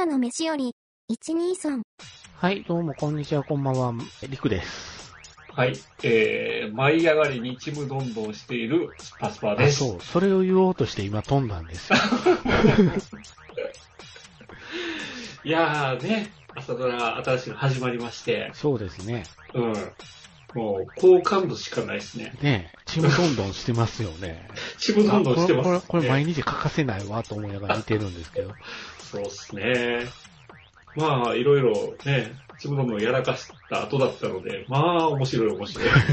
朝の飯より、123。 はい、どうもこんにちは、こんばんは、りくです。 はい、舞い上がりにちむどんどんしているスパスパです。 そう、それを言おうとして今飛んだんですよ。 いやーね、朝ドラ新しいの始まりまして。 そうですね。 うん。もう、好感度しかないですね。 ねえ、ちむどんどんしてますよね。 ちむどんどんしてます、ね。 これ毎日欠かせないわと思いながら見てるんですけど。 そうですね。まあ、いろいろね、ちむどんどんやらかした後だったので、まあ、面白い。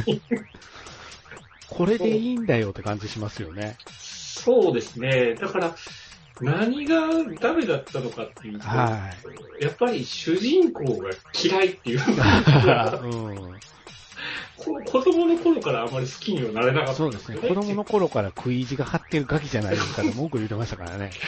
これでいいんだよって感じしますよね。 そうですね。だから、何がダメだったのかっていうと、 はい、 やっぱり主人公が嫌いっていうのが、 子供の頃からあまり好きにはなれなかった、ね。 そうですね。子供の頃から食い意地が張ってるガキじゃないですかって文句言ってましたからね。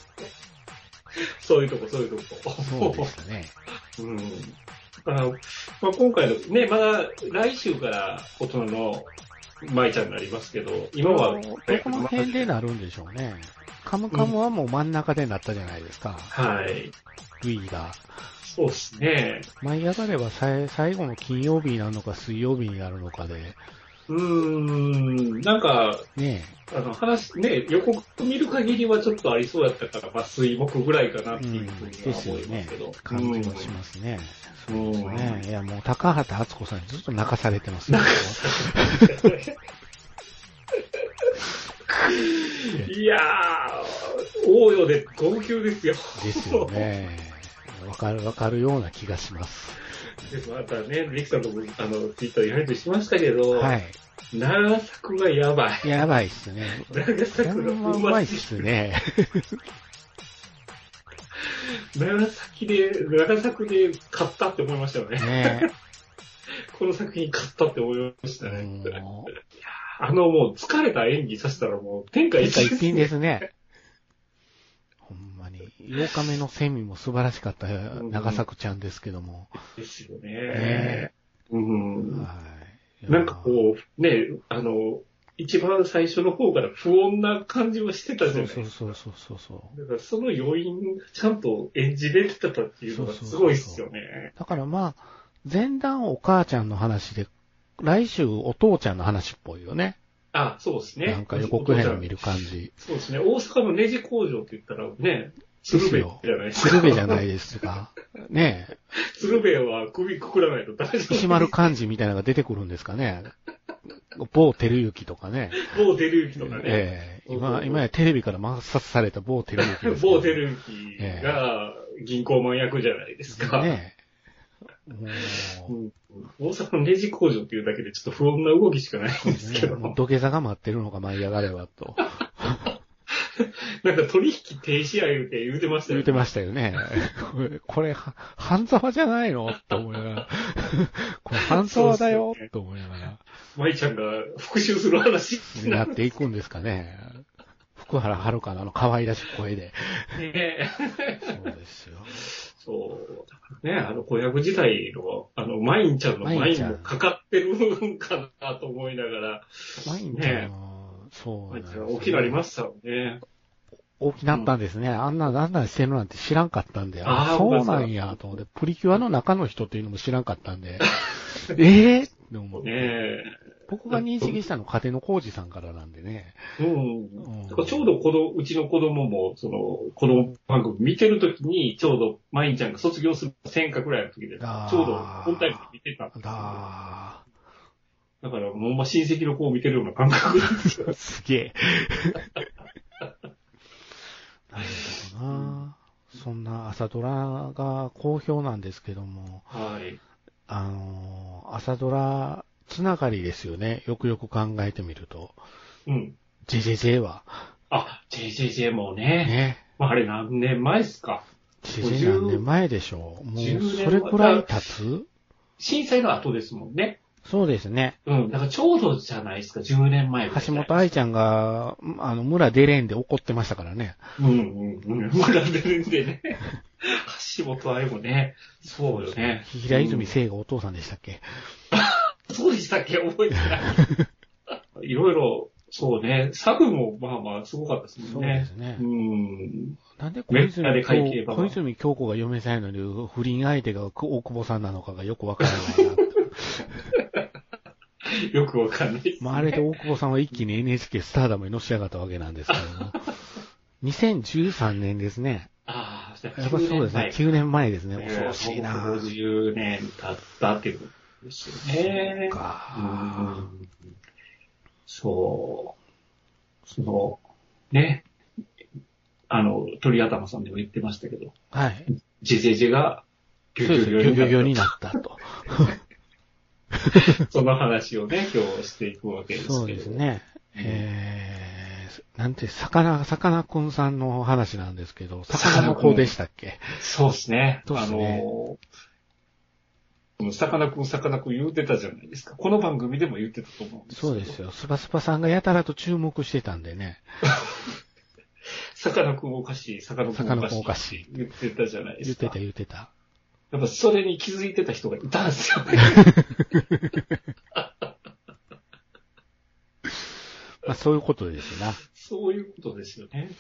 そういうとこ。 そうでしたね。 うん。だから、まあ、今回のね、まだ来週から大人の舞ちゃんになりますけど、今は、 どこの辺でなるんでしょうね。カムカムはもう真ん中でなったじゃないですか。 はい。 ルイが。 そうですね。 舞い上がれば最後の金曜日になるのか水曜日になるのかで。 なんか、 ね話、ね、予告見る限りはちょっとありそうやったから、まあ、水木ぐらいかなっていうふうには思いますけど。 ね、感じはしますね。そうですね。いや、もう高畑敦子さんにずっと泣かされてますよ。 いやー、大与で号泣ですよ。 ですよね。わかるような気がします。 でもまたね、リキさんともツイッターでやりとりしましたけど、はい。長作がやばい。 やばいっすね。 長作がうまいっすね。 長作で買ったって思いましたよね。ねこの作品買ったって思いましたね。もう疲れた演技させたらもう天下一品ですね。ほんまに。8日目のセミも素晴らしかった長作ちゃんですけども。 ですよね。はい。なんかこう、ね、一番最初の方から不穏な感じはしてたじゃないですか。 そう。 だからその余韻ちゃんと演じれてたっていうのがすごいですよね。 だからまあ、前段お母ちゃんの話で、来週お父ちゃんの話っぽいよね。 あ、そうですね。 なんか予告編を見る感じ。 そうですね。大阪のネジ工場って言ったらね、鶴瓶じゃないですか。 鶴瓶じゃないですか。ねえ。 鶴瓶は首くくらないと大丈夫。 石丸幹事みたいなのが出てくるんですかね。某照之とかね。 某照之とかね。 今やテレビから抹殺された某照之です。 某照之が銀行マン役じゃないですか。ね大阪のネジ工場っていうだけでちょっと不穏な動きしかないんですけど。 もう土下座が待ってるのが舞い上がればと。 なんか取引停止や言うてましたよね。 言うてましたよね。これ、半沢じゃないのって思いながら。これ半沢だよって思いながら。 舞ちゃんが復讐する話になっていくんですかね。福原遥の可愛らしい声で。 ねそうですよ。 そう。だからね、子役自体の、マインちゃんのマインもかかってるんかなと思いながら。 マインちゃん、そうなんですね。大きなりましたよね。 大きなったんですね。あんなしてるなんて知らんかったんで。そうなんや、と思って。プリキュアの中の人っていうのも知らんかったんで。って思って。僕が認識したの家庭の浩二さんからなんでね。 だからちょうどうちの子供も、子供番組見てるときに、ちょうど、マインちゃんが卒業する1000回くらいの時で、ちょうど本タイムで見てたんですよ。だから、もう親戚の子を見てるような感覚ですよ。 すげえ。なるほどな。そんな朝ドラが好評なんですけども。 はい。 朝ドラ、つながりですよね。よくよく考えてみると。JJJ は。 JJJ もね。まあ、あれ何年前ですか。 JJJ 何年前でしょう。もう、それくらい経つ？ 震災の後ですもんね。 そうですね。 だからちょうどじゃないですか、10年前。 橋本愛ちゃんが、村出れんで怒ってましたからね。 村出れんでね。橋本愛もね。そうよね。 平泉聖がお父さんでしたっけ？ そうでしたっけ？覚えてない。いろいろ、 そうね。サブもまあまあすごかったですもんね。 そうですね。なんで小泉京子が嫁さんやのに不倫相手が大久保さんなのかがよくわからないな。 よくわかんないですね。 まああれで大久保さんは一気に NHK スターダムにのし上がったわけなんですけども。2013年ですね。 ああ、 やっぱそうですね。9年前ですね。恐ろしいな。 50年経ったっていうことですよね。 そうか。 そう。ね。鳥頭さんでも言ってましたけど。 はい。 ジェジェジェがギョギョになったと。 その話をね、今日していくわけですけど。 そうですね。なんて、魚くんさんの話なんですけど、魚の子でしたっけ？ そうですね。さかなクン言うてたじゃないですか。この番組でも言ってたと思うんですよ。 そうですよ。スパスパさんがやたらと注目してたんでね。 さかなクンおかしい、さかなクンおかしい。言ってたじゃないですか。 言ってた。 やっぱそれに気づいてた人がいたんですよね。 まあそういうことですな。 そういうことですよね。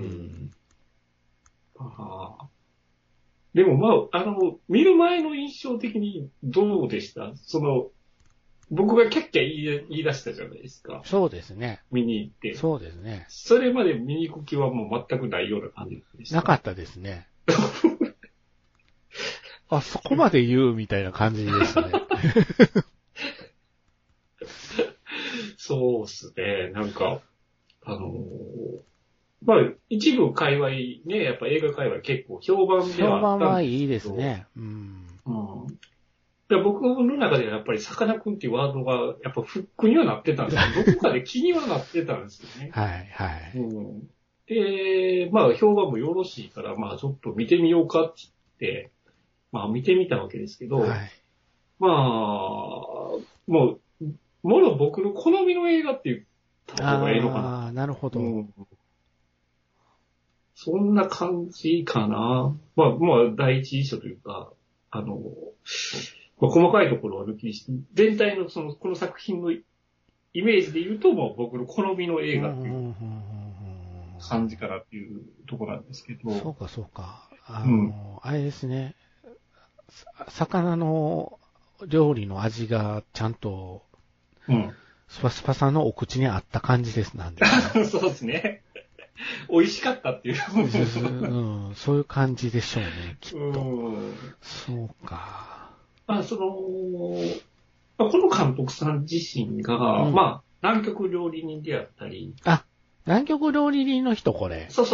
でもまあ、見る前の印象的にどうでした？僕がキャッキャ言い出したじゃないですか。 そうですね。 見に行って。 そうですね。 それまで見に行く気はもう全くないような感じでした。 なかったですね。あ、そこまで言うみたいな感じでしたね。 そうっすね。なんか、まあ、一部界隈ね、やっぱ映画界隈結構評判ではあったんですけど。評判はいいですね。 で僕の中ではやっぱりさかなクンっていうワードがやっぱフックにはなってたんですよ。どこかで気にはなってたんですよね。 はい、はい。 で、まあ評判もよろしいから、まあちょっと見てみようかって言って、まあ見てみたわけですけど、はい、まあ、もろ僕の好みの映画って言った方がいいのかな。 ああ、なるほど。 そんな感じかな。まあ第一印象というか、まあ、細かいところは抜きにして、全体のこの作品のイメージで言うと、もう僕の好みの映画っていう感じかなっていうところなんですけど。 そうか、そうか。あれですね。魚の料理の味がちゃんと、スパスパさんのお口に合った感じですなんで、 ね。そうですね。美味しかったっていう。 そういう感じでしょうね、きっと。そうか。 まあ、この監督さん自身が、まあ、南極料理人であったり。 あ、南極料理人の人、これ。 そう。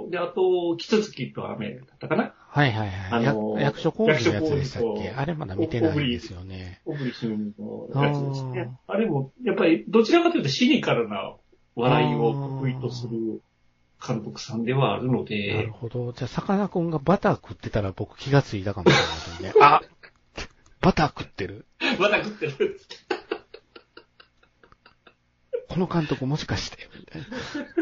で、あと、キツツキと雨だったかな。 はい。役所工事のやつでしたっけ？あれまだ見てないんですよね。 小栗旬のやつですね。あれも、やっぱり、どちらかというとシニカルな笑いを得意とする監督さんではあるので。 なるほど。じゃあ、さかなクンがバター食ってたら僕気がついたかもしれませんね。あ、バター食ってる。 バター食ってる。 この監督もしかして。みたいな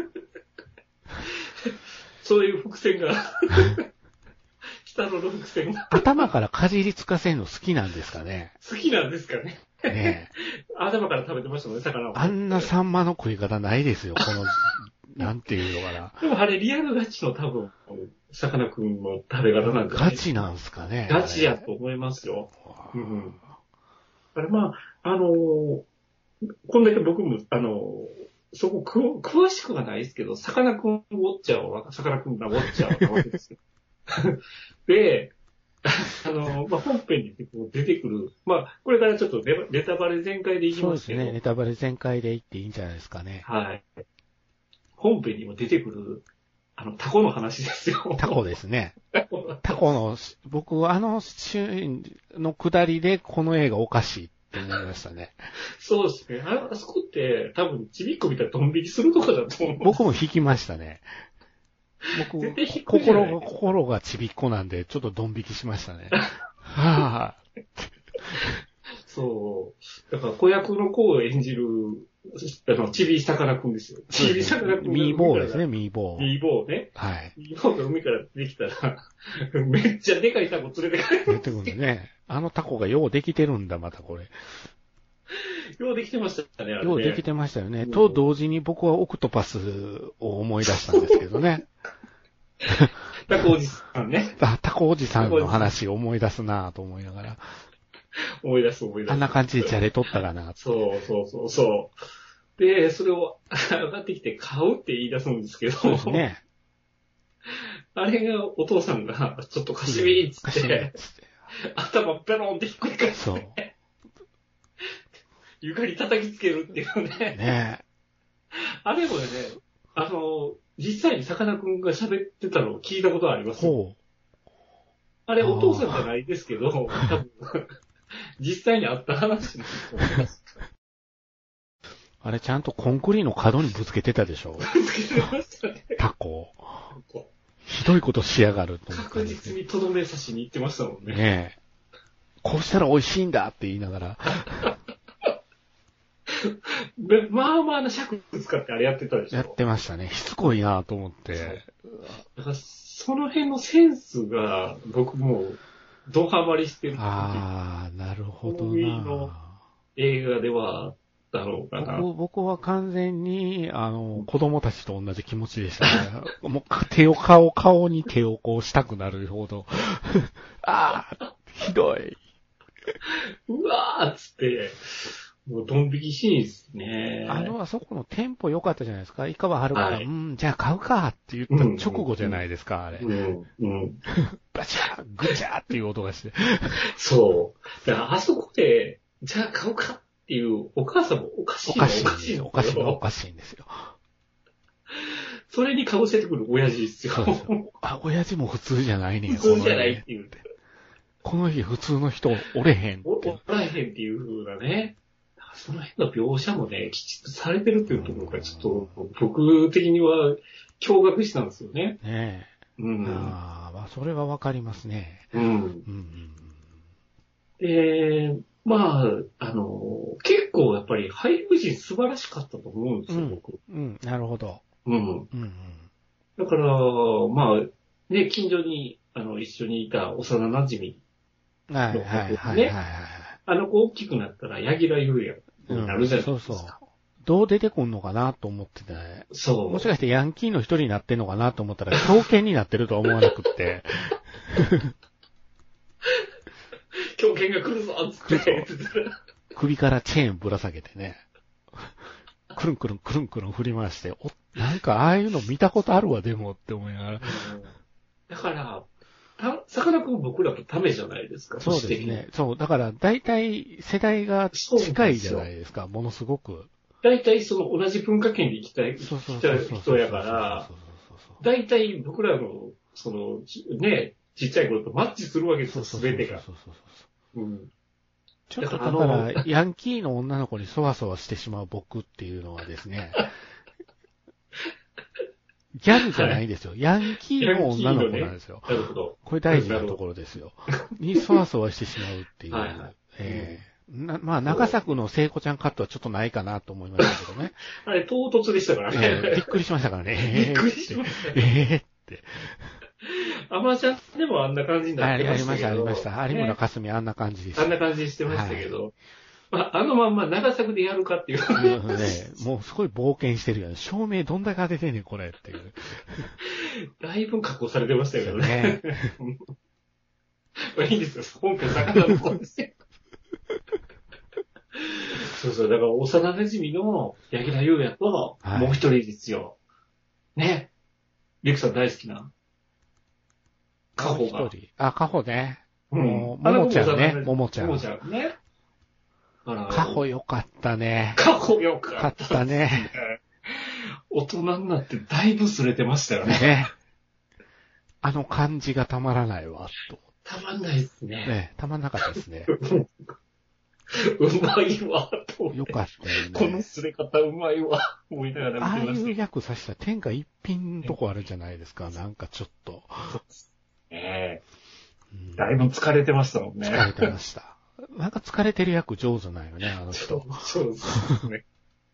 そういう伏線が。北野の伏線が。 頭からかじりつかせんの好きなんですかね。 好きなんですかね。 ねえ。頭から食べてましたもんね、魚を。 あんなサンマの食い方ないですよ、この、なんていうのかな。 でもあれリアルガチの多分、さかなクンの食べ方なんじゃないですか。 ガチなんすかね。 ガチやと思いますよ。あれまあ、こんだけ僕も、そこ詳しくはないですけど、さかなクンウォッチャーは、さかなクンなウォッチャーなわけですよ。で、まあ、本編に出てくる、まあ、これからちょっとネタバレ全開でいきますけど。 そうですね、ネタバレ全開でいっていいんじゃないですかね。 はい。本編にも出てくる、タコの話ですよ。 タコですね。タコの、僕、シーンの下りでこの映画おかしいって思いましたね。 そうですね。あそこって多分ちびっこみたいなドン引きするとこだと思う。 僕も引きましたね。僕、心がちびっこなんで、ちょっとドン引きしましたね。はぁ。 そう。だから子役の子を演じる、ちびさかなクンですよ。ちびさかなクン。 ミーボーですね、ミーボー。 ミーボーね。 はい。 ミーボーが海から出てきたら、めっちゃでかいタコ連れて帰る。 出てくるんね。あのタコがようできてるんだ、またこれ。 ようできてましたね、あれね。 ようできてましたよね。と同時に僕はオクトパスを思い出したんですけどね。 タコおじさんね。 タコおじさんの話を思い出すなぁと思いながら。 思い出す。 あんな感じでじゃれとったかな。 そう。で、それを上がってきて買うって言い出すんですけど。 そうですね。 あれがお父さんがちょっと貸しみーっつって、頭ペロンってひっくり返して。そう。床に叩きつけるっていうね。 ねえ。 あれもね、実際にさかなクンが喋ってたのを聞いたことあります。ほう。あれお父さんじゃないですけど、多分、実際にあった話なんですよ。 あれちゃんとコンクリの角にぶつけてたでしょ。 ぶつけてましたね。 タコ。ひどいことしやがると思って、 確実にとどめ刺しに行ってましたもんね。 ねえ。こうしたら美味しいんだって言いながら。 まあまあな尺使ってあれやってたでしょ。 やってましたね。しつこいなと思って。 だからその辺のセンスが僕もうドハマりしてる。 ああ、なるほどな。 の映画ではだろうかな。 僕は完全に、子供たちと同じ気持ちでしたね。もう顔に手をこうしたくなるほど。ああ、ひどい。 うわーっつって、もうドン引きシーンですね。 あそこのテンポ良かったじゃないですか。井川遥が、はい、じゃあ買うかって言った直後じゃないですか、あれ。バチャー、グチャーっていう音がして。 そう。だからあそこで、じゃあ買うかっていうお母さんもおかしいんですよ。 それにかぶせてくる親父ですよ。 親父も普通じゃないね。 普通じゃないっていう。 この日普通の人おれへんって。 おらへんっていう風なね。その辺の描写もね、きちっとされてるっていうところがちょっと僕的には驚愕したんですよね。 ねえ。まあ、それはわかりますね。 で、まあ、結構やっぱり俳優陣素晴らしかったと思うんですよ、僕。 なるほど。 だから、まあ、ね、近所に、一緒にいた幼馴染の子ね。あの子大きくなったら、柳楽優弥になるじゃないですか。そうそう。 どう出てくんのかなと思っててね。 そう。 もしかしてヤンキーの一人になってんのかなと思ったら、狂犬になってるとは思わなくって。 狂犬が来るぞつって。 首からチェーンぶら下げてね。くるんくるん振り回して、なんかああいうの見たことあるわ、でもって思いながら。 だから、さかなクン僕らとためじゃないですか。 そうですね。そう。だから、大体世代が近いじゃないですか。ものすごく。 大体その同じ文化圏で生きた人やから、大体僕らの、その、ね、ちっちゃい頃とマッチするわけですよ、すべてが。 ちょっとだから、ヤンキーの女の子にそわそわしてしまう僕っていうのはですね、ギャルじゃないですよ。ヤンキーの女の子なんですよ。 なるほど。 これ大事なところですよ。にそわそわしてしまうっていう。まあ、長作の聖子ちゃんカットはちょっとないかなと思いましたけどね。 あれ、唐突でしたからね。 びっくりしましたからね。 びっくりしました。って。アマちゃんでもあんな感じになってましたけど。 ありました。有村架純あんな感じでした。 あんな感じにしてましたけど。あのまんま長作でやるかっていう。 もうすごい冒険してるよね。照明どんだけ当ててんねん、これっていう。 だいぶ加工されてましたけどね。まあいいんですよ。本編魚の子ですよ。そう。だから幼馴染の柳楽優弥と、もう一人ですよ。ね。リクさん大好きな。カホが。 カホね。ももちゃんね。ももちゃんね。 カホよかったね。 カホよかったね。 大人になってだいぶすれてましたよね。 あの感じがたまらないわ、と。 たまんないですね。 たまんなかったですね。 うまいわ、と。 よかったよね。 このすれ方うまいわ、思いながら見てました。 ああいう役さしたら天下一品のとこあるじゃないですか、なんかちょっと。 そうですね。だいぶ疲れてましたもんね。 疲れてました。なんか疲れてる役上手なんよね、あの人。 そうですね。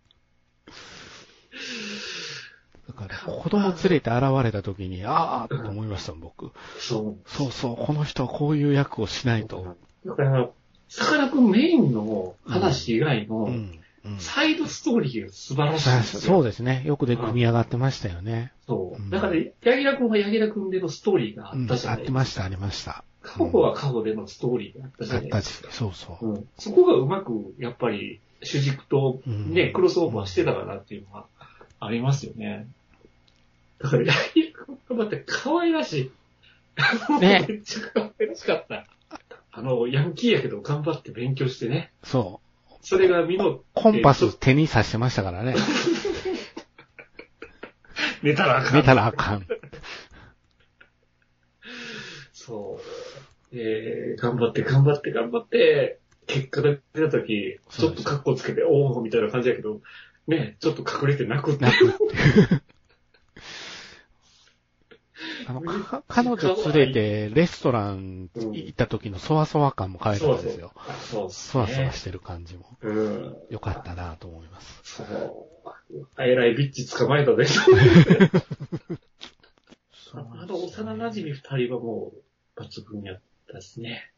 だから、子供連れて現れた時に、ああと思いました、僕。 そう、 この人はこういう役をしないと。 だから、 さかなクンメインの話以外の、サイドストーリーが素晴らしいですよ。 そうですね。よくで組み上がってましたよね。 そう。だから、柳楽くんは柳楽くんでのストーリーがあったじゃないですか。 あってました、ありました。 過去は過去でのストーリーがあったじゃないですか。 そうそう。 そこがうまく、やっぱり、主軸とね、クロスオーバーしてたかなっていうのはありますよね。だから、柳楽くんがまた可愛らしい。ね。めっちゃ可愛らしかった。ヤンキーやけど頑張って勉強してね。 そう。 それがコンパス手に刺してましたからね。 寝たらあかん。 寝たらあかん。 そう。頑張って、結果が出たとき、ちょっとカッコつけて、おーみたいな感じやけど、ね、ちょっと隠れて泣くって。 彼女連れてレストラン行った時のそわそわ感も変えたんですよ。 そう。 そわそわしてる感じも。よかったなと思います。 そう。えらいビッチ捕まえたでしょ。幼馴染二人はもう抜群やったですね。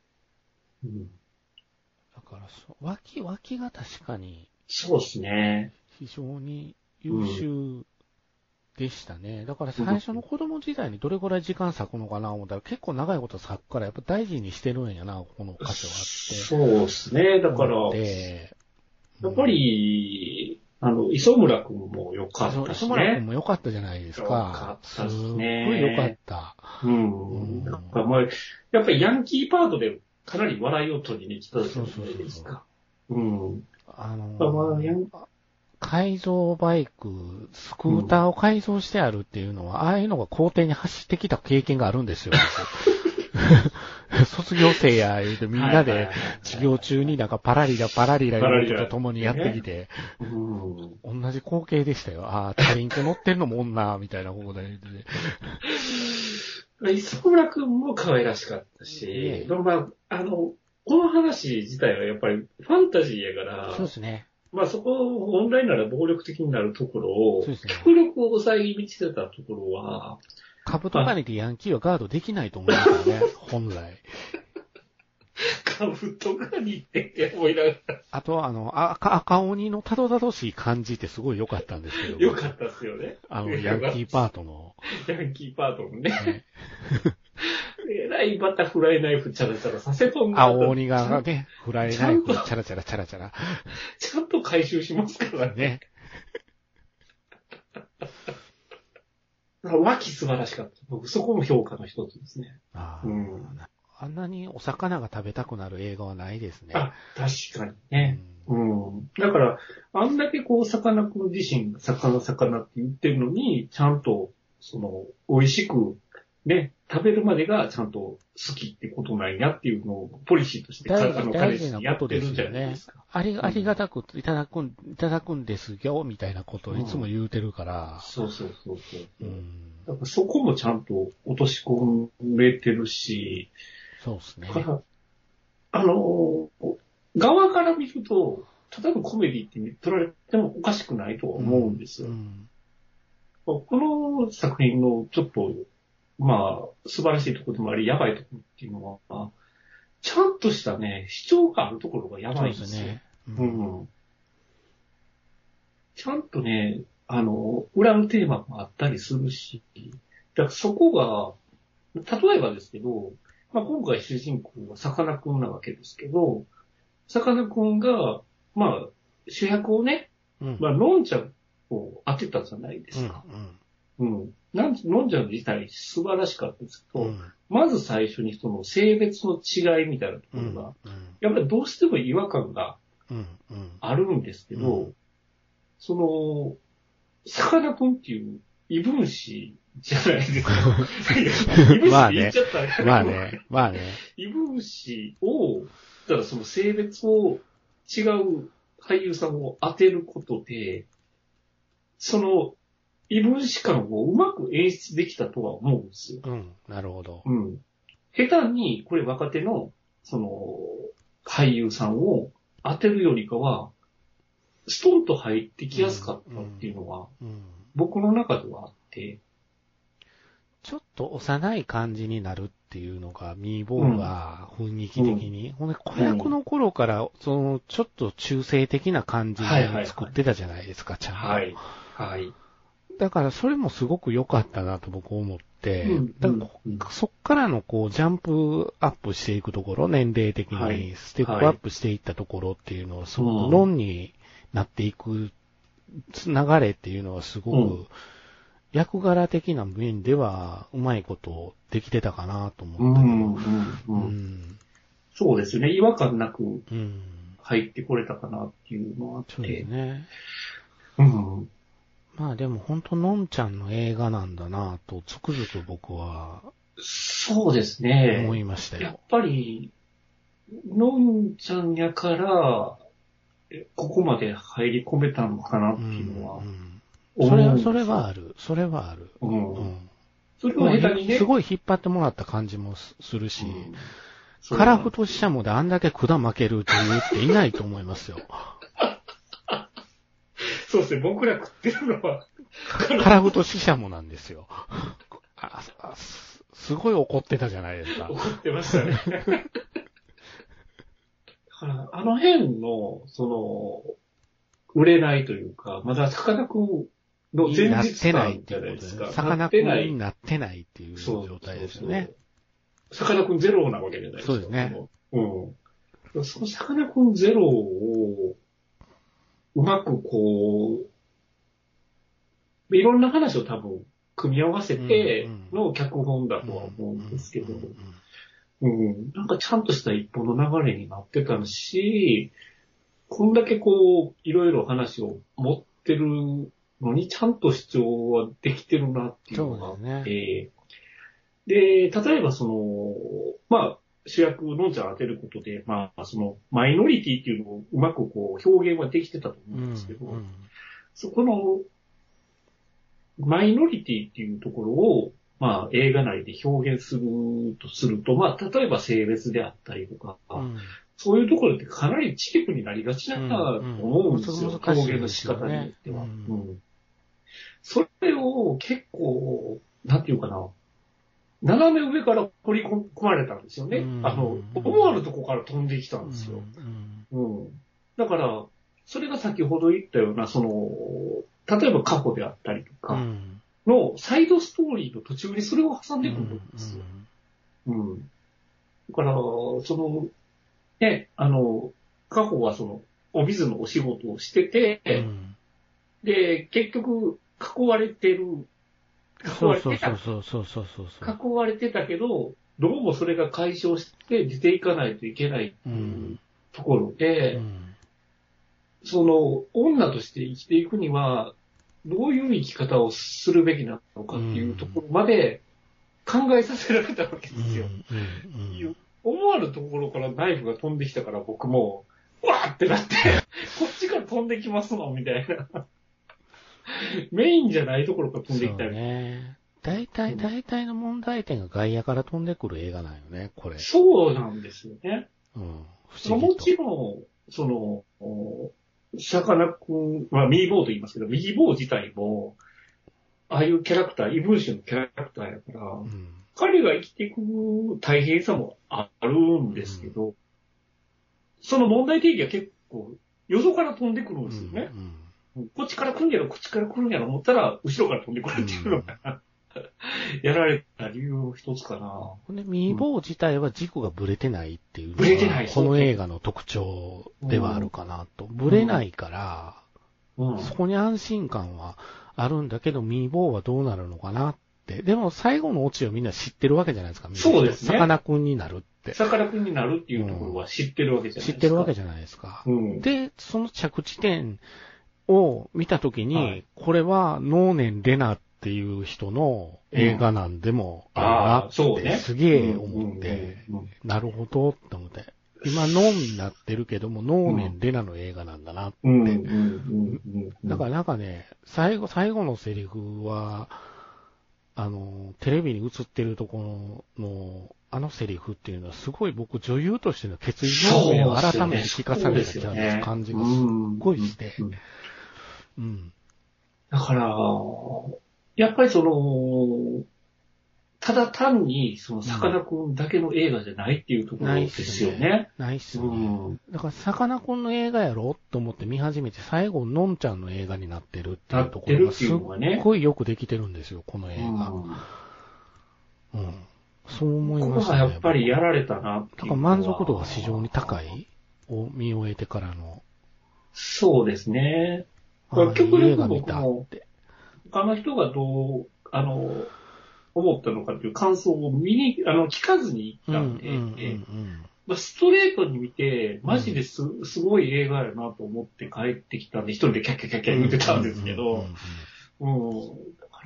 だから脇が確かに。 そうですね。 非常に優秀。でしたね。だから最初の子供時代にどれぐらい時間割くのかな思ったら結構長いこと割くからやっぱ大事にしてるんやな、この箇所があって。 そうですね。だから、やっぱり、磯村くんも良かったしね。 磯村くんも良かったじゃないですか。良かったですね。 すごい良かった。 なんかまあ、やっぱりヤンキーパートでかなり笑いを取りに来たじゃないですか。 改造バイク、スクーターを改造してあるっていうのは、ああいうのが校庭に走ってきた経験があるんですよ。卒業生や言うてみんなで授業中になんかパラリラいうことと共にやってきて、同じ光景でしたよ。ああ、チャリンコ乗ってんのも女みたいなことで言ってて。磯村くんも可愛らしかったし、まあ、この話自体はやっぱりファンタジーやから、 そうですね。 まあそこ、オンラインなら暴力的になるところを、極力を抑え気味にしてたところは、 カブトガニでヤンキーはガードできないと思うんですよね、本来。 カブトガニって思いながら。 あと赤鬼のたどたどしい感じってすごい良かったんですけど。 良かったっすよね。 ヤンキーパートの。 ヤンキーパートのね。えらいバタフライナイフチャラチャラさせとんが。 青鬼がね、フライナイフチャラチャラ。 ちゃんと回収しますからね。脇素晴らしかった。僕そこも評価の一つですね。 あんなにお魚が食べたくなる映画はないですね。 確かにね。だから、あんだけさかなクン自身が魚って言ってるのに、ちゃんと、美味しく、ね、食べるまでがちゃんと好きってことなんやっていうのをポリシーとして大事なことですよね。ありがたくいただくんですよ、みたいなことをいつも言うてるから。 そう。だからそこもちゃんと落とし込めてるし、 そうですね。 側から見ると、例えばコメディって取られてもおかしくないとは思うんですよ。この作品のちょっと、まあ、素晴らしいところでもあり、やばいところっていうのは、ちゃんとしたね、主張があるところがやばいんですよ。ちゃんとね、裏のテーマもあったりするし、だからそこが、例えばですけど、まあ今回主人公はさかなクンなわけですけど、さかなクンが、まあ、主役をね、まあ、のんちゃんを当てたじゃないですか。のんちゃん自体素晴らしかったですけど、まず最初にその性別の違いみたいなところが、やっぱりどうしても違和感があるんですけど、さかなクンっていう異分子じゃないですか。異分子って言っちゃったんだけど、 まあね。 異分子を、だからその性別を違う俳優さんを当てることで、その異分子感をうまく演出できたとは思うんですよ。 なるほど。 下手にこれ若手の俳優さんを当てるよりかは、ストンと入ってきやすかったっていうのは、僕の中ではあって。 ちょっと幼い感じになるっっていうのが、ミーボーが雰囲気的に。ほんで、子役の頃から、ちょっと中性的な感じで作ってたじゃないですか、ちゃんと。 はい。はい。 だから、それもすごく良かったなと僕思って、だからそっからのジャンプアップしていくところ、年齢的にステップアップしていったところっていうのは、すごく論になっていく流れっていうのはすごく、役柄的な面ではうまいことできてたかなと思って、 そうですね。違和感なく入ってこれたかなっていうのはあって。 そうですね。 うん。 まあでも本当のんちゃんの映画なんだなとつくづく僕はそうですね。 思いましたよ。 やっぱりのんちゃんやからここまで入り込めたのかなっていうのは。 それはある。それはある。 それは下手にね。 すごい引っ張ってもらった感じもするし、カラフトシシャモであんだけ管巻ける女優っていないと思いますよ。 そうですね、僕ら食ってるのは。 カラフトシシャモなんですよ。すごい怒ってたじゃないですか。 怒ってましたね。あの辺の、売れないというか、まださかなクンの前日感じゃないですか。 さかなクンになってないっていう状態ですよね。 さかなクンゼロなわけじゃないですか。 そうですね。 そのさかなクンゼロを、うまくいろんな話を多分組み合わせての脚本だとは思うんですけど、なんかちゃんとした一本の流れになってたし、こんだけいろいろ話を持ってるのにちゃんと主張はできてるなっていうのがあって、で、例えば主役のんちゃん当てることで、マイノリティっていうのをうまく表現はできてたと思うんですけど、そこの、マイノリティっていうところを、映画内で表現するとすると、例えば性別であったりとか、そういうところってかなりチープになりがちだと思うんですよ、表現の仕方によっては。それを結構、なんていうかな、斜め上から掘り込まれたんですよね。思わぬとこから飛んできたんですよ。だから、それが先ほど言ったような、例えば過去であったりとかのサイドストーリーの途中にそれを挟んでくるんですよ。だから、過去はお水のお仕事をしてて、で、結局、囲われてる。囲われてたけど、どうもそれが解消して出ていかないといけないっていうところで、女として生きていくには、どういう生き方をするべきなのかっていうところまで考えさせられたわけですよ。思わぬところからナイフが飛んできたから僕も、わーってなって、こっちから飛んできますのみたいな。メインじゃないところから飛んできたり。 大体の問題点が外野から飛んでくる映画なんよね、これ。 そうなんですよね。もちろん、さかなクン、ミーボーと言いますけど、ミーボー自体も、ああいうキャラクター、異分種のキャラクターやから、彼が生きていく大変さもあるんですけど、その問題定義は結構、よそから飛んでくるんですよね。こっちから来るんやろ、こっちから来るんやろ思ったら、後ろから飛んでくるっていうのが、やられた理由の一つかな。 で、ミーボー自体は軸がブレてないっていうのブレてない。 この映画の特徴ではあるかなと。ブレないから、そこに安心感はあるんだけど、ミーボーはどうなるのかなって。でも最後のオチをみんな知ってるわけじゃないですか。 そうですね。 さかなクンになるって。 さかなクンになるっていうところは知ってるわけじゃないですか。 知ってるわけじゃないですか。で、その着地点を見たときに、これは能年レナっていう人の映画なんでもあるなってすげえ思って、なるほどって思って。今、ノンになってるけども、能年レナの映画なんだなって。だからなんかね、最後のセリフは、テレビに映ってるところの、セリフっていうのはすごい僕女優としての決意表明を改めて聞かされた感じがすっごいして。 だから、やっぱりただ単に、そのさかなクンだけの映画じゃないっていうところですよね。 ないっすね。だからさかなクンの映画やろと思って見始めて、最後、のんちゃんの映画になってるっていうところがすっごいよくできてるんですよ、この映画。そう思いましたね。 ここがやっぱりやられたなっていう。 だから満足度が非常に高いを見終えてからの。 そうですね。極力僕も、他の人がどう、思ったのかっていう感想を聞かずに行ったんで、ストレートに見て、マジですごい映画やなと思って帰ってきたんで、一人でキャッキャキャッキャ言ってたんですけど、だから、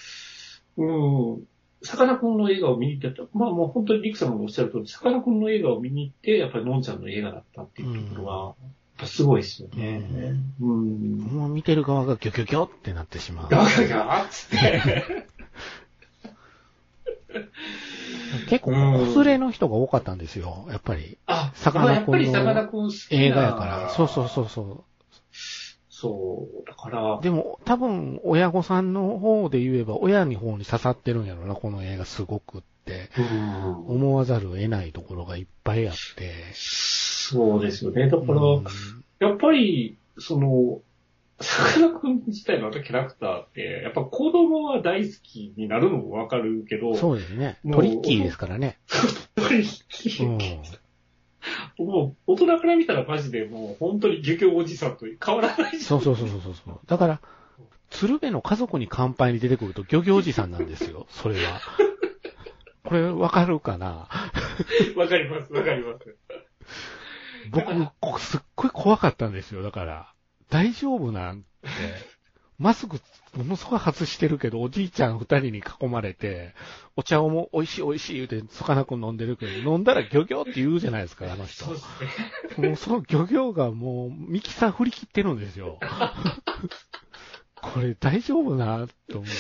さかなクンの映画を見に行って、まあもう本当にリクさんがおっしゃる通り、さかなクンの映画を見に行って、やっぱりのんちゃんの映画だったっていうところは、やっぱすごいですよね。 もう見てる側がギョギョギョってなってしまう。 ギョギョギョっつって。 結構、子連れの人が多かったんですよ、やっぱり。さかなクンの映画やから。そう。そう、だから。でも、多分、親御さんの方で言えば、親の方に刺さってるんやろな、この映画すごくって。思わざるを得ないところがいっぱいあって。 そうですよね。だから、やっぱり、さかなクン自体のキャラクターって、やっぱ子供は大好きになるのもわかるけど。 そうですね。トリッキーですからね。 トリッキー。もう、大人から見たらマジでもう、本当に漁協おじさんと変わらない。 そう。だから、鶴瓶の家族に乾杯に出てくると漁業おじさんなんですよ、それは。これ、わかるかな？ わかります。 僕、すっごい怖かったんですよ、だから。大丈夫なんて。マスク、ものすごい外してるけど、おじいちゃん二人に囲まれて、お茶をも美味しい言うて、さかなクン飲んでるけど、飲んだらギョギョって言うじゃないですか、あの人。 そうですね。もうそのギョギョがもう、ミキサー振り切ってるんですよ。これ大丈夫なと思って。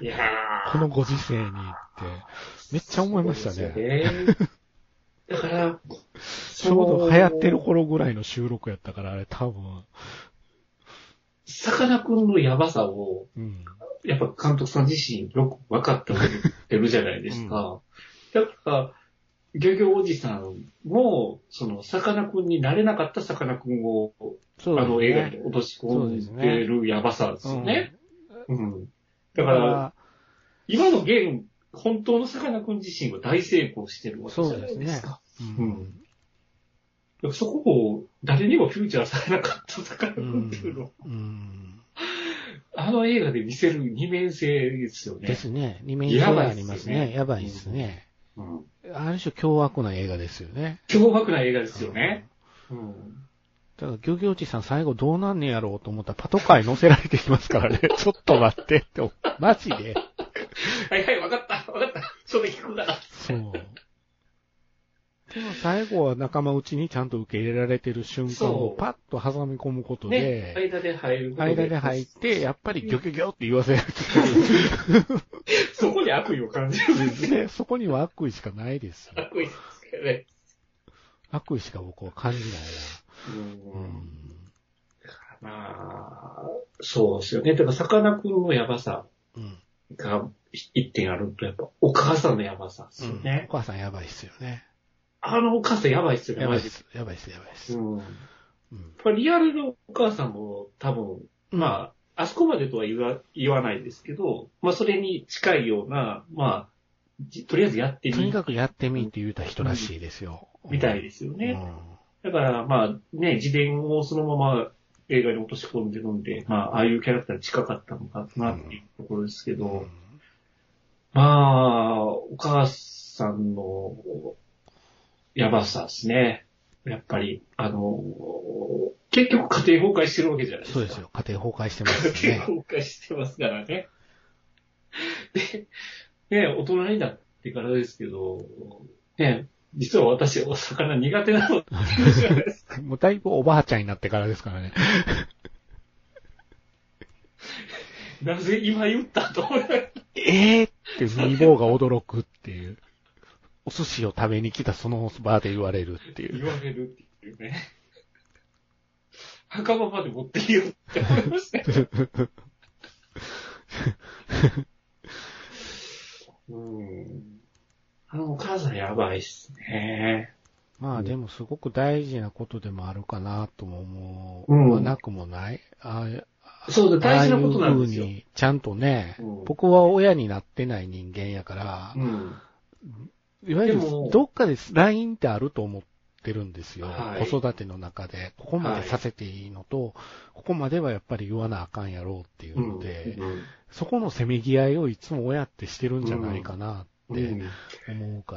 いやこのご時世にって、めっちゃ思いましたね。 だから、 ちょうど流行ってる頃ぐらいの収録やったから、あれ多分。 さかなクンのやばさを、やっぱ監督さん自身よく分かってるじゃないですか。だから、漁業おじさんも、さかなクンになれなかったさかなクンを、映画に落とし込んでるやばさですよね。だから、今の本当のさかなクン自身は大成功してるわけじゃないですか。そこを誰にもフューチャーされなかったさかなクンっていうのを、あの映画で見せる二面性ですよね。 ですね。二面性がありますね。やばいですね。ある種凶悪な映画ですよね。 凶悪な映画ですよね。 だから、漁業おじさん最後どうなんねやろうと思ったらパトカーに乗せられてきますからね。ちょっと待ってって、マジで。 はい、わかった。それ聞くなら。 そう。でも最後は仲間内にちゃんと受け入れられてる瞬間をパッと挟み込むことで、 間で入って、やっぱりギョギョギョって言わせられてる。 そこに悪意を感じるんですね。そこには悪意しかないですよ。 悪意ですよね。 悪意しか僕は感じないな。 だからまあ、そうですよね。だからさかなクンのやばさが一点あると、やっぱお母さんのやばさですよね。 お母さんやばいっすよね。 お母さんやばいっすよね。 やばいっす。やっぱリアルのお母さんも多分、まあ、あそこまでとは言わないですけど、まあそれに近いような、まあ、とりあえずやってみ。 とにかくやってみって言った人らしいですよ。 みたいですよね。だからまあね、自伝をそのまま映画に落とし込んでるんで、まあああいうキャラクターに近かったのかなっていうところですけど、まあ、お母さんのやばさですね。やっぱり、結局家庭崩壊してるわけじゃないですか。 そうですよ。家庭崩壊してますね。 家庭崩壊してますからね。で、大人になってからですけど、ね、実は私、お魚苦手なのって言うじゃないですか。 もうだいぶおばあちゃんになってからですからね。 なぜ今言ったと思います。 って未亡が驚くっていう。お寿司を食べに来たその場で言われるっていう。 言われるっていうね。墓場まで持っていよって思いましたよ。 お母さんやばいっすね。 まあでもすごく大事なことでもあるかなとも思わなくもない。 そうだ、大事なことなんですよ。 ああいう風に、ちゃんとね、僕は親になってない人間やから、いわゆるどっかでラインってあると思ってるんですよ。子育ての中で。ここまでさせていいのと、ここまではやっぱり言わなあかんやろうっていうので、そこのせめぎ合いをいつも親ってしてるんじゃないかなって思うから。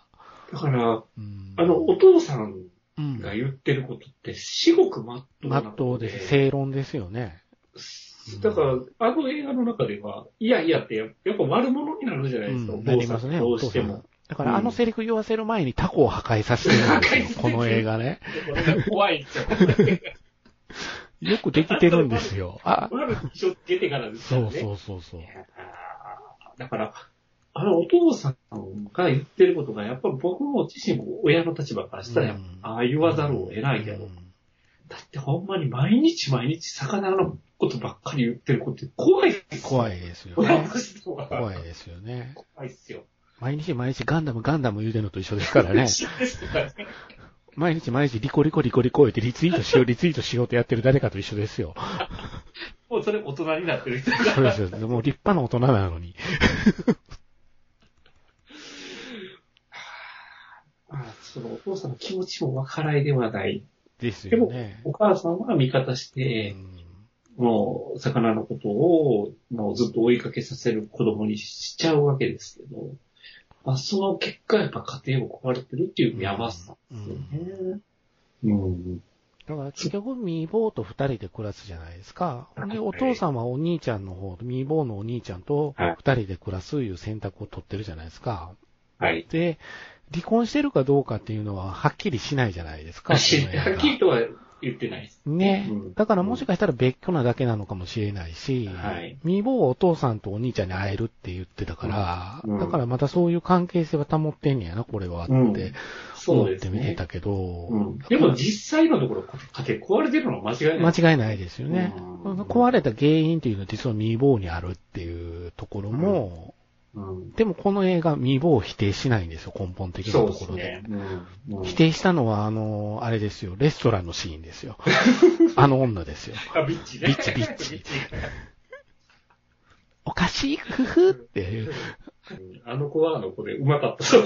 だから、お父さんが言ってることって至極真っ当なことで。 真っ当です。正論ですよね。 だから、映画の中では、いやいやって、やっぱ悪者になるじゃないですか、 なりますね、 どうしても。 だからセリフ言わせる前にタコを破壊させてるんですよ、この映画ね。 怖いっちゃよくできてるんですよ。 悪い人出てからですよね。 そう。 だから、お父さんが言ってることが、やっぱり僕も自身も親の立場からしたら、言わざるを得ないけど。だってほんまに毎日魚のことばっかり言ってることって怖いですよ。 怖いですよね。 怖いですよね。 怖いですよ。 毎日ガンダム言うてるのと一緒ですからね。毎日リコ言ってリツイートしようとやってる誰かと一緒ですよ。 もうそれ大人になってる人そうですよ。もう立派な大人なのに。 そのお父さんの気持ちもわからいではない。 ですよね。 でも、お母さんは味方して、もう、魚のことを、もうずっと追いかけさせる子供にしちゃうわけですけど、その結果、やっぱ家庭を壊れてるっていうやばさですよね。 だから結局、ミーボーと二人で暮らすじゃないですか。で、お父さんはお兄ちゃんの方、ミーボーのお兄ちゃんと二人で暮らすいう選択を取ってるじゃないですか。 はい。 で、離婚してるかどうかっていうのははっきりしないじゃないですか。 はっきりとは言ってないです。 ね。だからもしかしたら別居なだけなのかもしれないし、ミーボーはお父さんとお兄ちゃんに会えるって言ってたから、だからまたそういう関係性は保ってんねやな、これはって思って見てたけど。 でも実際のところ、家庭壊れてるのは間違いない。 間違いないですよね。壊れた原因っていうのは実はミーボーにあるっていうところも、でもこの映画、ミーボーを否定しないんですよ、根本的なところで。否定したのは、あれですよ、レストランのシーンですよ。女ですよ。 ビッチね。 ビッチ。おかしい、ふふっていう。 子は子でうまかったそう。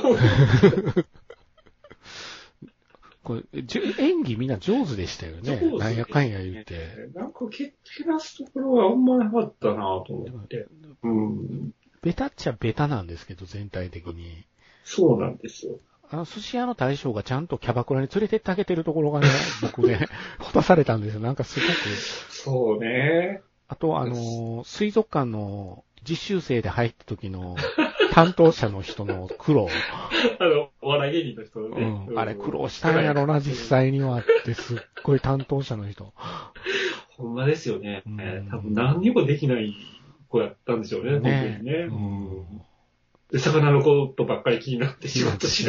これ演技みんな上手でしたよね。なんやかんや言うて。 なんかけなすところはあんまなかったなと思って。 ベタっちゃベタなんですけど、全体的に。 そうなんですよ。 寿司屋の大将がちゃんとキャバクラに連れてってあげてるところがね、僕ね、ほたされたんですよ。なんかすごく。 そうね。 あと水族館の実習生で入った時の担当者の人の苦労。 お笑い芸人の人ね。 あれ苦労したんやろな、実際にはってすっごい担当者の人。 ほんまですよね。多分何にもできない子やったんでしょうね、本当にね。で、魚のことばっかり気になって仕事しない。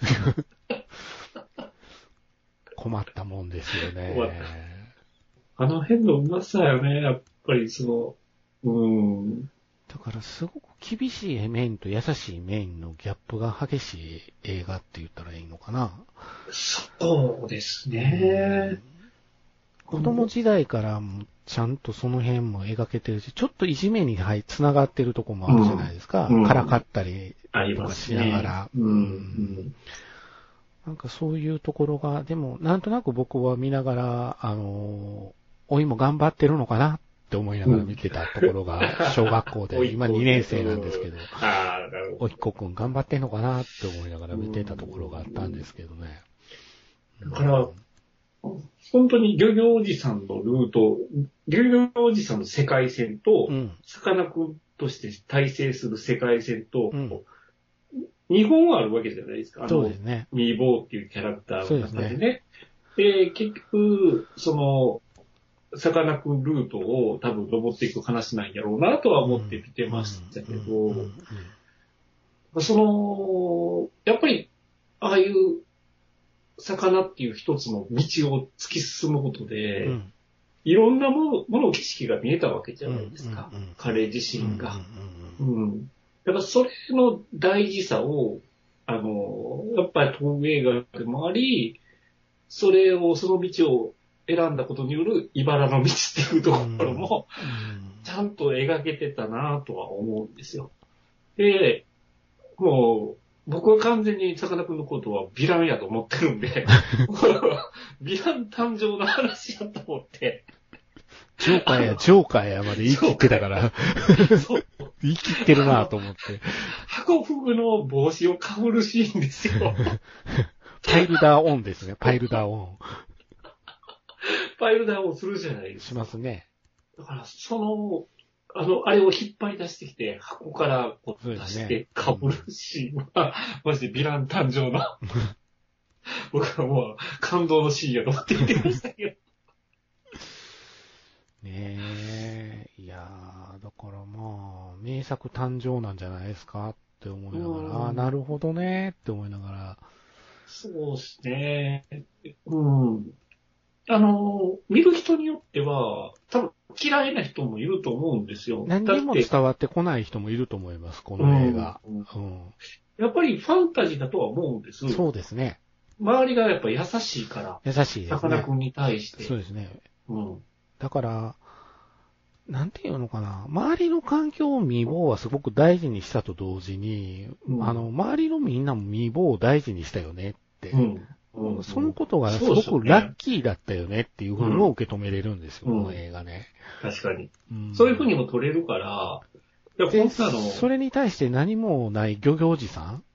困ったもんですよね。 辺のうまさよね、やっぱりだからすごく厳しい面と優しい面のギャップが激しい映画って言ったらいいのかな。 そうですね。 子供時代からもちゃんとその辺も描けてるし、ちょっといじめに繋がってるとこもあるじゃないですか。からかったりとかしながら。なんかそういうところが、でもなんとなく僕は見ながら、おいも頑張ってるのかなって思いながら見てたところが、小学校で、今2年生なんですけど、おいっ子くん頑張ってんのかなって思いながら見てたところがあったんですけどね。 だから、本当に漁業おじさんのルート、漁業おじさんの世界線と、さかなクンとして対峙する世界線と、日本あるわけじゃないですか。 そうですね。 ミーボーっていうキャラクターの中でね。で、結局、さかなクンルートを多分登っていく話なんやろうなとは思って見てましたけど、やっぱり、ああいう魚っていう一つの道を突き進むことで、いろんなもの景色が見えたわけじゃないですか。彼自身が。 だからそれの大事さを、やっぱり東映映画でもあり、その道を選んだことによる茨の道っていうところも、ちゃんと描けてたなとは思うんですよ。で、もう、僕は完全にさかなクンのことはヴィランやと思ってるんで、ヴィラン誕生の話やと思って。 ジョーカーやまで言い切ってたから、言い切ってるなと思って。 箱フグの帽子をかぶるシーンですよ。 パイルダーオンですね、パイルダーオン。 パイルダーオンするじゃないですか。 しますね。 だから、あれを引っ張り出してきて、箱からこう出してかぶるシーンは、マジでヴィラン誕生の、僕はもう感動のシーンやと思って見てましたけど。 ねえ、いやー、だからまあ、名作誕生なんじゃないですかって思いながら、なるほどねって思いながら。 そうですね。見る人によっては、多分嫌いな人もいると思うんですよ。 何にも伝わってこない人もいると思います、この映画。 やっぱりファンタジーだとは思うんです。 そうですね。 周りがやっぱ優しいから。 優しいですね。 さかなクンに対して。 そうですね。だから、なんていうのかな。周りの環境を未亡はすごく大事にしたと同時に、周りのみんなも未亡を大事にしたよねって。そのことがすごくラッキーだったよねっていうふうにも受け止めれるんですよ、この映画ね。 確かに。そういうふうにも取れるから、 で、それに対して何もない漁業おじさん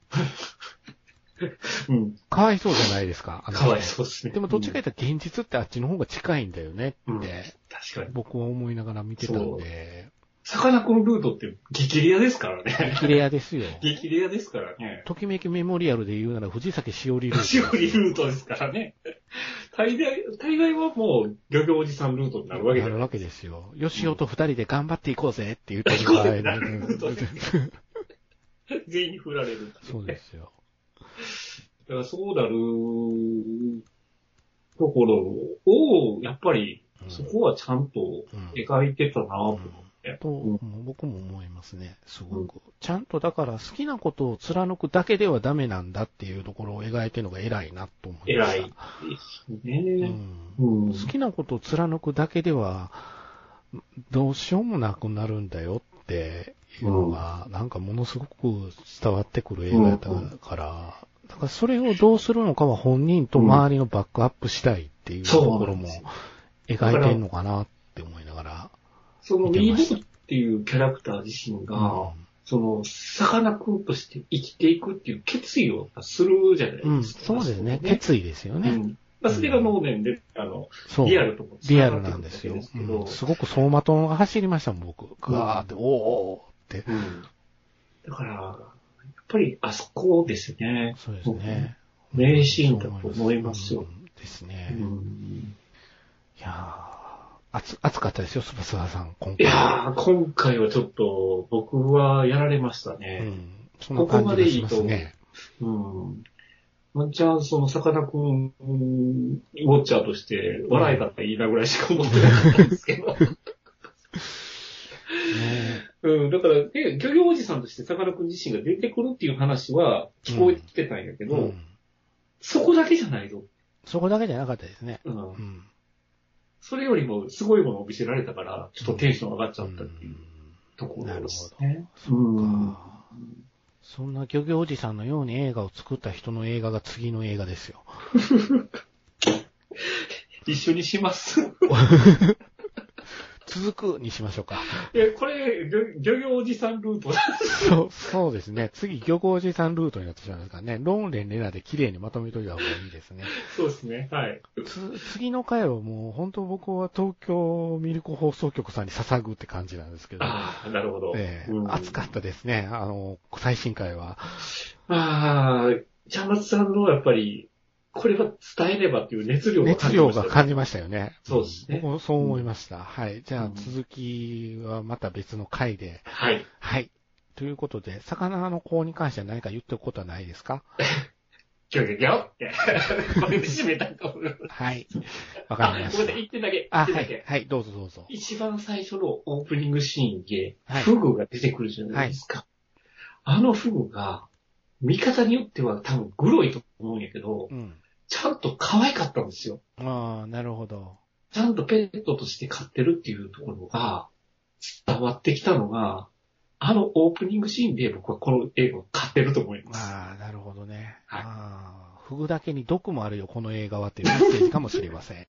かわいそうじゃないですか。 かわいそうですね。 でもどっちか言ったら現実ってあっちの方が近いんだよねって、 確かに。 僕は思いながら見てたんで。 さかなクンルートって激レアですからね。 激レアですよ。 激レアですからね。 ときめきメモリアルで言うなら藤崎しおりルート。 しおりルートですからね。大概はもう漁業おじさんルートになるわけなるわけですよ。よしおと二人で頑張っていこうぜって言ってる場合で。 全員に振られる。 そうですよ。 だからそうなるところを、やっぱり、そこはちゃんと描いてたなと思って。 僕も思いますね、すごく。ちゃんとだから好きなことを貫くだけではダメなんだっていうところを描いてるのが偉いなと思いました。 偉いですね。 好きなことを貫くだけでは、どうしようもなくなるんだよっていうのが、なんかものすごく伝わってくる映画だったから、だからそれをどうするのかは本人と周りのバックアップしたいっていうところも描いてんのかなって思いながら。 そのミーボーっていうキャラクター自身が、さかなクンとして生きていくっていう決意をするじゃないですか。 そうですね。決意ですよね。 それが能面で、リアルともリアルなんですよ。すごく走馬灯が走りましたもん、僕。ガーって、おーって。 だから、やっぱりあそこですね。 そうですね。 名シーンだと思いますよ。 ですね。いやー、熱かったですよ、スバスバさん、今回。 いやー、今回はちょっと、僕はやられましたね。 そんな感じがしますね。 じゃあ、さかなクンウォッチャーとして、笑えたらいいなぐらいしか思ってなかったんですけど。だから、漁業おじさんとしてさかなクン自身が出てくるっていう話は聞こえてきてたんやけど、そこだけじゃないぞ。 そこだけじゃなかったですね。 それよりもすごいものを見せられたから、ちょっとテンション上がっちゃったっていうところですね。 なるほど。そうか。そんな漁業おじさんのように映画を作った人の映画が次の映画ですよ。 一緒にします。 続くにしましょうか。 これ、漁業おじさんルートそうですね。次、漁業おじさんルートになってしまいますからね。ロンレンレナで綺麗にまとめといた方がいいですね。 そうですね。はい。 次の回はもう、本当僕は東京ミルク放送局さんに捧ぐって感じなんですけど。 ああ、なるほど。 熱かったですね。最新回は。 茶松さんのやっぱり、これは伝えればっていう熱量が感じましたよね。 そうですね。 僕もそう思いました。はい。じゃあ続きはまた別の回で。 はい。 はい。ということで、魚の子に関しては何か言っておくことはないですか？ ギョギョギョって。これで締めたいと思います。 はい。わかりました。 ごめんなさい、言ってだけ。 はい、どうぞどうぞ。 一番最初のオープニングシーンで、フグが出てくるじゃないですか。 あのフグが、見方によっては多分グロいと思うんやけど、ちゃんと可愛かったんですよ。 ああ、なるほど。 ちゃんとペットとして飼ってるっていうところが伝わってきたのが、あのオープニングシーンで僕はこの映画を飼ってると思います。 ああ、なるほどね。 はい。 ああ、フグだけに毒もあるよ、この映画はっていうメッセージかもしれません。